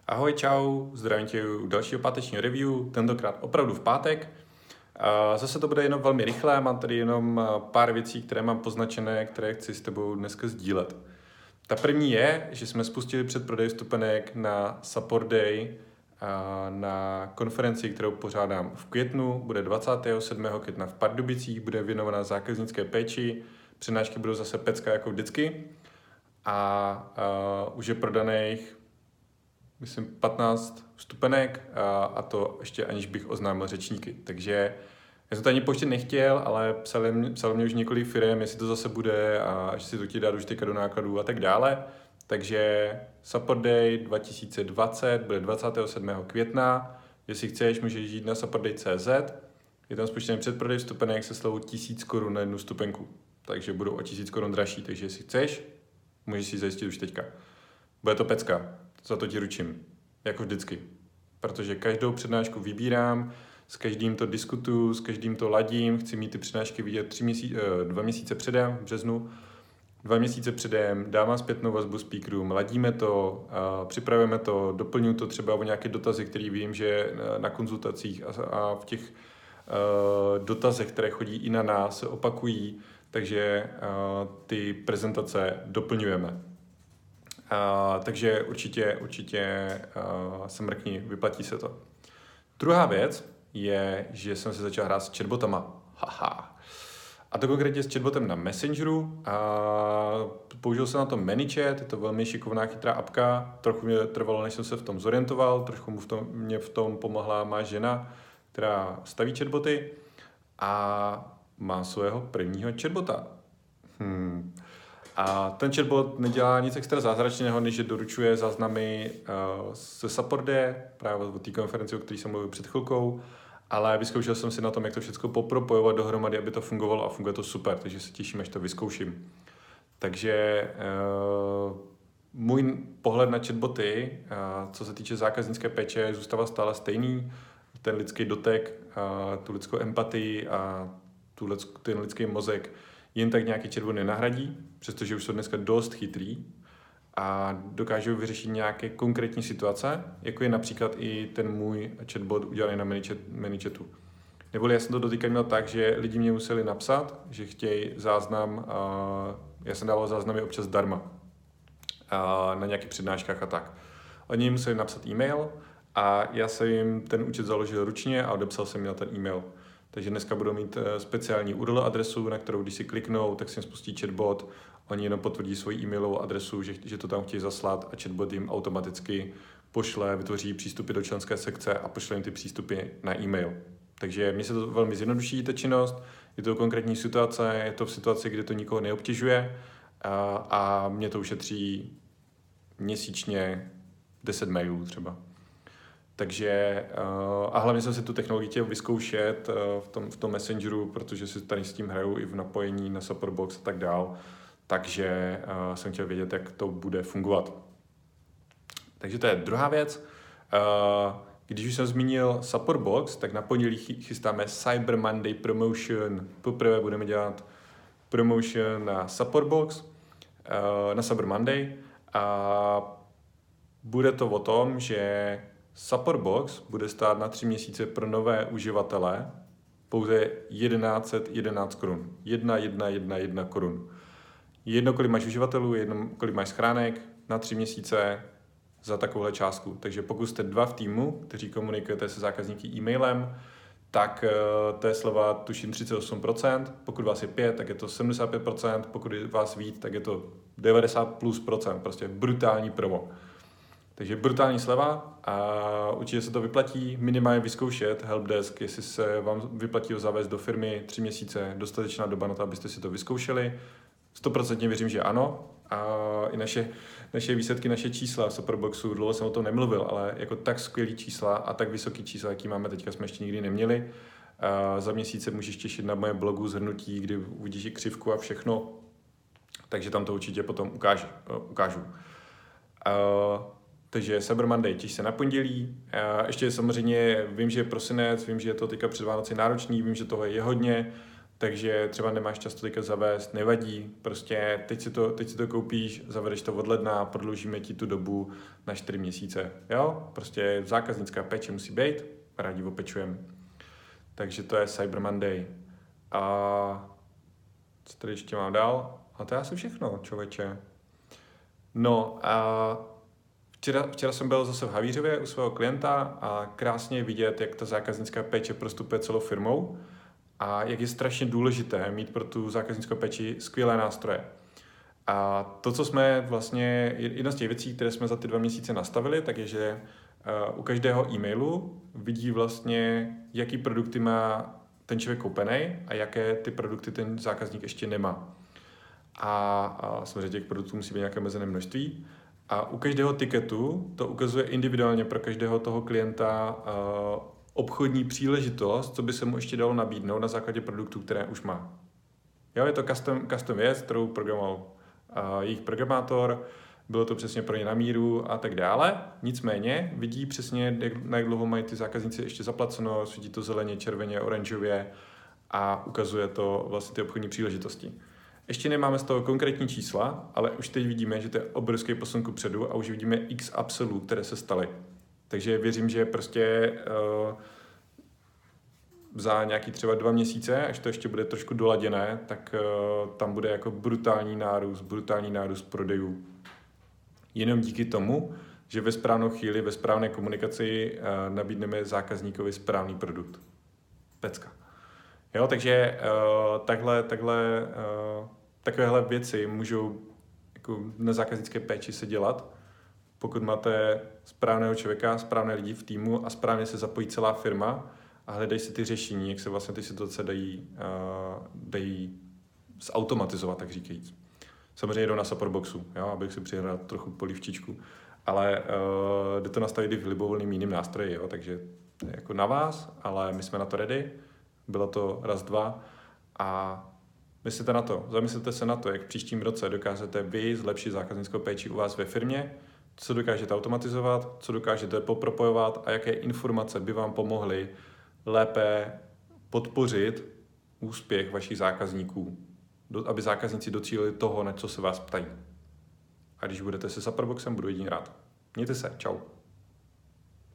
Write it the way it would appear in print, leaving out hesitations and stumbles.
Ahoj, čau, zdravím tě u dalšího pátečního review, tentokrát opravdu v pátek. Zase to bude jenom velmi rychlé, mám tady jenom pár věcí, které mám poznačené, které chci s tebou dneska sdílet. Ta první je, že jsme spustili předprodej vstupenek na Support Day, na konferenci, kterou pořádám v květnu, bude 27. května v Pardubicích, bude věnovaná zákaznické péči, přednášky budou zase pecka jako vždycky a už je prodaných myslím 15 vstupenek a to ještě aniž bych oznámil řečníky. Takže já jsem to ani pouštět nechtěl, ale psalo mě už několik firem, jestli to zase bude a že si to chtějí dát už teďka do nákladů a tak dále. Takže Support Day 2020 bude 27. května. Jestli chceš, můžeš jít na supportday.cz. Je tam spočítaný předprodej vstupenek se slevou 1000 Kč na jednu vstupenku. Takže budou o 1000 Kč dražší, takže jestli chceš, můžeš si zajistit už teďka. Bude to pecka. Za to ti ručím, jako vždycky. Protože každou přednášku vybírám, s každým to diskutuju, s každým to ladím, chci mít ty přednášky vidět 2 měsíce předem, v březnu, 2 měsíce předem, dávám zpětnou vazbu speakerům, ladíme to, připravujeme to, doplňuji to třeba o nějaké dotazy, které vím, že na konzultacích a v těch dotazech, které chodí i na nás, se opakují, takže ty prezentace doplňujeme. Takže určitě se mrkni, vyplatí se to. Druhá věc je, že jsem se začal hrát s chatbotama. Haha. A to konkrétně s chatbotem na Messengeru. Použil jsem na to ManyChat, je to velmi šikovná, chytrá apka. Trochu mě trvalo, než jsem se v tom zorientoval, trochu mě v tom pomohla má žena, která staví chatboty a má svého prvního chatbota. A ten chatbot nedělá nic extra zázračného, než že doručuje záznamy ze Support Day, právě o té konferenci, o které jsem mluvil před chvilkou, ale vyzkoušel jsem si na tom, jak to všechno popropojovat dohromady, aby to fungovalo a funguje to super, takže se těším, až to vyzkouším. Takže můj pohled na chatboty, co se týče zákaznické péče, zůstává stále stejný. Ten lidský dotek, tu lidskou empatii a ten lidský mozek jen tak nějaký chatbot nenahradí, přestože už jsou dneska dost chytrý a dokážou vyřešit nějaké konkrétní situace, jako je například i ten můj chatbot udělaný na ManyChatu. Neboli já jsem to dotýkat měl tak, že lidi mě museli napsat, že chtějí záznam, já jsem dával záznamy občas zdarma na nějakých přednáškách a tak. Oni museli napsat e-mail a já jsem jim ten účet založil ručně a odepsal jsem jim na ten e-mail. Takže dneska budou mít speciální URL adresu, na kterou když si kliknou, tak si jim spustí chatbot. Oni jenom potvrdí svoji e-mailovou adresu, že to tam chtějí zaslat a chatbot jim automaticky pošle, vytvoří přístupy do členské sekce a pošle jim ty přístupy na e-mail. Takže mně se to velmi zjednoduší, ta činnost. Je to konkrétní situace, je to v situaci, kde to nikoho neobtěžuje a mě to ušetří měsíčně 10 mailů třeba. Takže a hlavně jsem si tu technologii chtěl vyzkoušet v tom Messengeru, protože si tady s tím hraju i v napojení na Supportbox a tak dál. Takže jsem chtěl vědět, jak to bude fungovat. Takže to je druhá věc. Když už jsem zmínil Supportbox, tak na pondělí chystáme Cyber Monday Promotion. Poprvé budeme dělat promotion na Supportbox, na Cyber Monday. A bude to o tom, že Supportbox bude stát na 3 měsíce pro nové uživatele pouze 1111 korun. 1111 korun. Jedno, kolik máš uživatelů, jedno, kolik máš schránek na 3 měsíce za takovouhle částku. Takže pokud jste 2 v týmu, kteří komunikujete se zákazníky e-mailem, tak to je sleva tuším 38%, pokud vás je 5, tak je to 75%, pokud je vás víc, tak je to 90+%, prostě brutální promo. Takže brutální sleva a určitě se to vyplatí minimálně vyzkoušet helpdesk, jestli se vám vyplatí ho zavést do firmy 3 měsíce, dostatečná doba na to, abyste si to vyzkoušeli. 100% věřím, že ano. A i naše výsledky, naše čísla v Supportboxu, dlouho jsem o tom nemluvil, ale jako tak skvělý čísla a tak vysoký čísla, jaký máme teďka, jsme ještě nikdy neměli. Za měsíc se můžeš těšit na moje blogu zhrnutí, kdy uvidíš i křivku a všechno. Takže tam to určitě potom ukážu. Takže Cyber Monday, těš se na pondělí. Ještě samozřejmě vím, že je prosinec, vím, že je to teďka před Vánoci náročný, vím, že toho je hodně, takže třeba nemáš čas to teďka zavést, nevadí, prostě teď si to koupíš, zavedeš to od ledna, prodloužíme ti tu dobu na 4 měsíce, jo? Prostě zákaznická péče musí být, rádi opečujeme. Takže to je Cyber Monday. A co tady ještě mám dál? A to je asi všechno, člověče. No a včera jsem byl zase v Havířově u svého klienta a krásně vidět, jak ta zákaznická péče prostupuje celou firmou a jak je strašně důležité mít pro tu zákaznickou péči skvělé nástroje. A to, co jsme vlastně, jedna z těch věcí, které jsme za ty 2 měsíce nastavili, tak je, že u každého e-mailu vidí vlastně, jaký produkty má ten člověk koupený a jaké ty produkty ten zákazník ještě nemá. A samozřejmě těch produktů musí být nějaké omezené množství. A u každého tiketu to ukazuje individuálně pro každého toho klienta obchodní příležitost, co by se mu ještě dalo nabídnout na základě produktů, které už má. Jo, je to custom věc, kterou programoval jejich programátor, bylo to přesně pro ně na míru a tak dále. Nicméně vidí přesně, na jak dlouho mají ty zákazníci ještě zaplaceno, svítí to zeleně, červeně, oranžově a ukazuje to vlastně ty obchodní příležitosti. Ještě nemáme z toho konkrétní čísla, ale už teď vidíme, že to je obrovský posun kupředu a už vidíme x upsellů, které se staly. Takže věřím, že prostě za nějaký třeba 2 měsíce, až to ještě bude trošku doladěné, tak tam bude jako brutální nárůst prodejů. Jenom díky tomu, že ve správnou chvíli, ve správné komunikaci nabídneme zákazníkovi správný produkt. Pecka. Jo, takže takovéhle věci můžou jako na zákaznické péči se dělat, pokud máte správného člověka, správné lidi v týmu a správně se zapojí celá firma a hledají si ty řešení, jak se vlastně ty situace dají zautomatizovat, tak říkajíc. Samozřejmě jdou na Supportboxu, jo, abych si přihrál trochu polivčičku, ale jde to nastavit i v libovolným jiným nástroji, jo, takže jako na vás, ale my jsme na to ready, bylo to raz, dva a zamyslete se na to, jak v příštím roce dokážete vy zlepšit zákaznickou péči u vás ve firmě, co dokážete automatizovat, co dokážete popropojovat a jaké informace by vám pomohly lépe podpořit úspěch vašich zákazníků, aby zákazníci docílili toho, na co se vás ptají. A když budete se Supportboxem, budu jedině rád. Mějte se, čau.